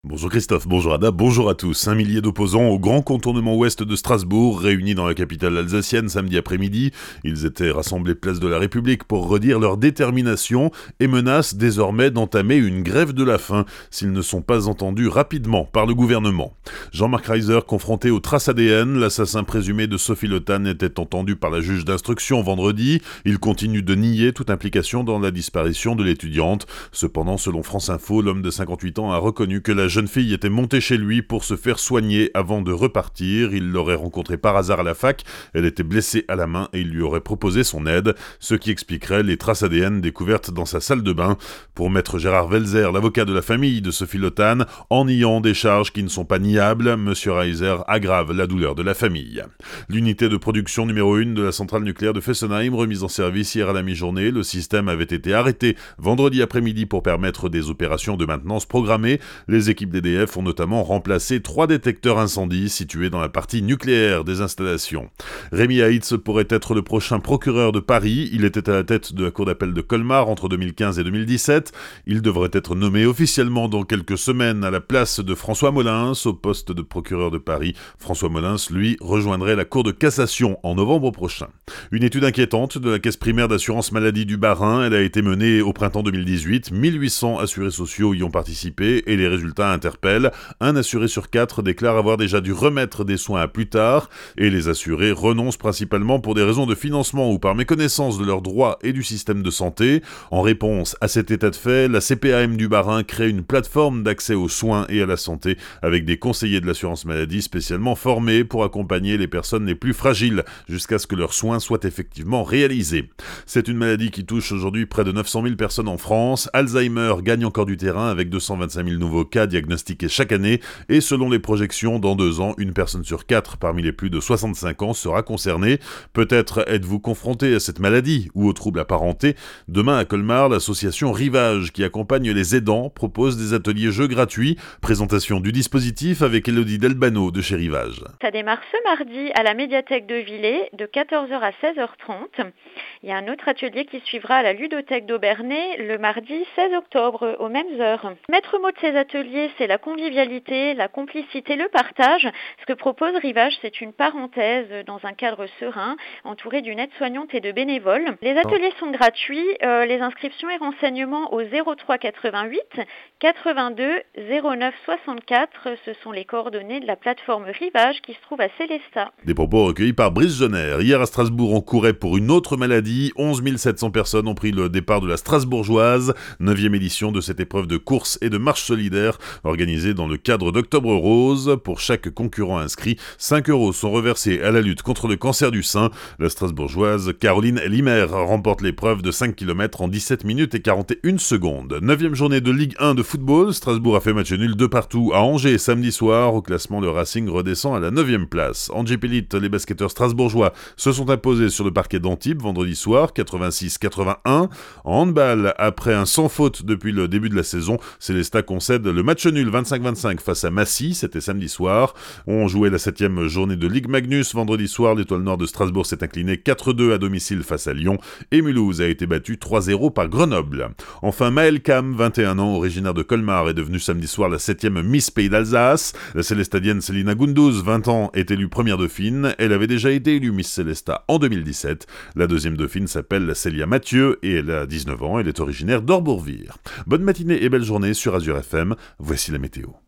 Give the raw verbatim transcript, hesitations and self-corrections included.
Bonjour Christophe, bonjour Ada, bonjour à tous. Un millier d'opposants au grand contournement ouest de Strasbourg, réunis dans la capitale alsacienne samedi après-midi. Ils étaient rassemblés place de la République pour redire leur détermination et menacent désormais d'entamer une grève de la faim s'ils ne sont pas entendus rapidement par le gouvernement. Jean-Marc Reiser, confronté aux traces A D N, l'assassin présumé de Sophie Le Tan, était entendu par la juge d'instruction vendredi. Il continue de nier toute implication dans la disparition de l'étudiante. Cependant, selon France Info, l'homme de cinquante-huit ans a reconnu que la La jeune fille était montée chez lui pour se faire soigner avant de repartir. Il l'aurait rencontrée par hasard à la fac. Elle était blessée à la main et il lui aurait proposé son aide, ce qui expliquerait les traces A D N découvertes dans sa salle de bain. Pour maître Gérard Welzer, l'avocat de la famille de Sophie Le Tan, en niant des charges qui ne sont pas niables, M. Reiser aggrave la douleur de la famille. L'unité de production numéro un de la centrale nucléaire de Fessenheim, remise en service hier à la mi-journée, le système avait été arrêté vendredi après-midi pour permettre des opérations de maintenance programmées. Les équipes d'E D F ont notamment remplacé trois détecteurs incendie situés dans la partie nucléaire des installations. Rémi Heitz pourrait être le prochain procureur de Paris. Il était à la tête de la cour d'appel de Colmar entre deux mille quinze et deux mille dix-sept. Il devrait être nommé officiellement dans quelques semaines à la place de François Molins au poste de procureur de Paris. François Molins, lui, rejoindrait la cour de cassation en novembre prochain. Une étude inquiétante de la caisse primaire d'assurance maladie du Bas-Rhin. Elle a été menée au printemps deux mille dix-huit. mille huit cents assurés sociaux y ont participé et les résultats interpelle. Un assuré sur quatre déclare avoir déjà dû remettre des soins à plus tard et les assurés renoncent principalement pour des raisons de financement ou par méconnaissance de leurs droits et du système de santé. En réponse à cet état de fait, la C P A M du Bas-Rhin crée une plateforme d'accès aux soins et à la santé avec des conseillers de l'assurance maladie spécialement formés pour accompagner les personnes les plus fragiles jusqu'à ce que leurs soins soient effectivement réalisés. C'est une maladie qui touche aujourd'hui près de neuf cent mille personnes en France. Alzheimer gagne encore du terrain avec deux cent vingt-cinq mille nouveaux cas diagnostiqués chaque année et selon les projections, dans deux ans, une personne sur quatre parmi les plus de soixante-cinq ans sera concernée. Peut-être êtes-vous confronté à cette maladie ou aux troubles apparentés. Demain à Colmar, l'association Rivage qui accompagne les aidants propose des ateliers jeux gratuits. Présentation du dispositif avec Elodie Delbano de chez Rivage. Ça démarre ce mardi à la médiathèque de Villers de quatorze heures à seize heures trente. Il y a un autre atelier qui suivra à la ludothèque d'Aubernay le mardi seize octobre aux mêmes heures. Maître mot de ces ateliers, c'est la convivialité, la complicité, le partage. Ce que propose Rivage, c'est une parenthèse dans un cadre serein, entouré d'une aide-soignante et de bénévoles. Les ateliers sont gratuits, euh, les inscriptions et renseignements au zéro trois quatre-vingt-huit quatre-vingt-deux zéro neuf soixante-quatre. Ce sont les coordonnées de la plateforme Rivage qui se trouve à Célestat. Des propos recueillis par Brice Jenner. Hier à Strasbourg, on courait pour une autre maladie. onze mille sept cents personnes ont pris le départ de la Strasbourgeoise, neuvième édition de cette épreuve de course et de marche solidaire organisée dans le cadre d'Octobre Rose. Pour chaque concurrent inscrit, cinq euros sont reversés à la lutte contre le cancer du sein. La Strasbourgeoise Caroline Limer remporte l'épreuve de cinq kilomètres en dix-sept minutes et quarante et une secondes. Neuvième journée de Ligue un de football. Strasbourg a fait match nul de partout à Angers samedi soir. Au classement, le Racing redescend à la neuvième place. En Jeep Elite, les basketteurs strasbourgeois se sont imposés sur le parquet d'Antibes vendredi soir, quatre-vingt-six quatre-vingt-un. En handball, après un sans faute depuis le début de la saison, Célestat concède le match nul vingt-cinq vingt-cinq face à Massy, c'était samedi soir. On jouait la septième journée de Ligue Magnus. Vendredi soir, l'Étoile Nord de Strasbourg s'est incliné quatre deux à domicile face à Lyon et Mulhouse a été battu trois zéro par Grenoble. Enfin, Maëlle Cam, vingt et un ans, originaire de Colmar, est devenue samedi soir la septième Miss Pays d'Alsace. La Célestadienne Célina Gunduz, vingt ans, est élue première dauphine. Elle avait déjà été élue Miss Célestat en deux mille dix-sept. La deuxième dauphine s'appelle Célia Mathieu et elle a dix-neuf ans. Elle est originaire d'Orbourvire. Bonne matinée et belle journée sur Azure F M. Voici la météo.